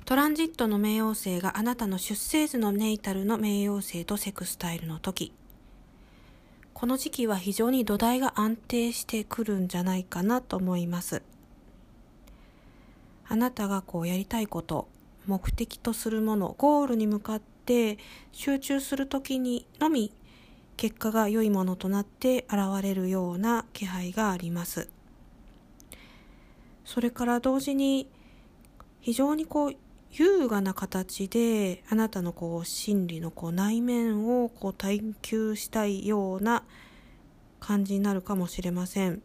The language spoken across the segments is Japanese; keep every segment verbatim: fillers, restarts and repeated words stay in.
トランジットの冥王星があなたの出生図のネイタルの冥王星とセクスタイルの時、この時期は非常に土台が安定してくるんじゃないかなと思います。あなたがこうやりたいこと、目的とするもの、ゴールに向かって集中する時にのみ結果が良いものとなって現れるような気配があります。それから同時に非常にこう優雅な形であなたのこう心理のこう内面をこう探求したいような感じになるかもしれません。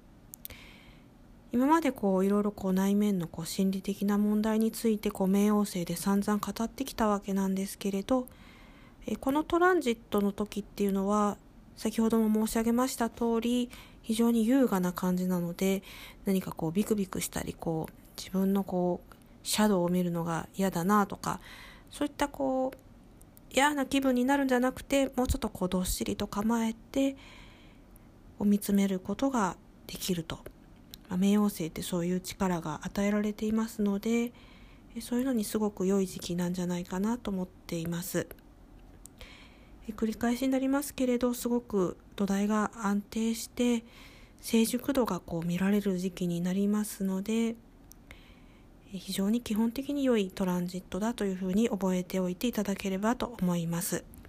今までこういろいろこう内面のこう心理的な問題についてこう冥王星で散々語ってきたわけなんですけれど、えこのトランジットの時っていうのは先ほども申し上げました通り非常に優雅な感じなので、何かこうビクビクしたりこう自分のこうシャドウを見るのが嫌だなとか、そういったこう嫌な気分になるんじゃなくて、もうちょっとこうどっしりと構えて見つめることができると、まあ、冥王星ってそういう力が与えられていますので、そういうのにすごく良い時期なんじゃないかなと思っています。繰り返しになりますけれど、すごく土台が安定して成熟度がこう見られる時期になりますので、非常に基本的に良いトランジットだというふうに覚えておいていただければと思います。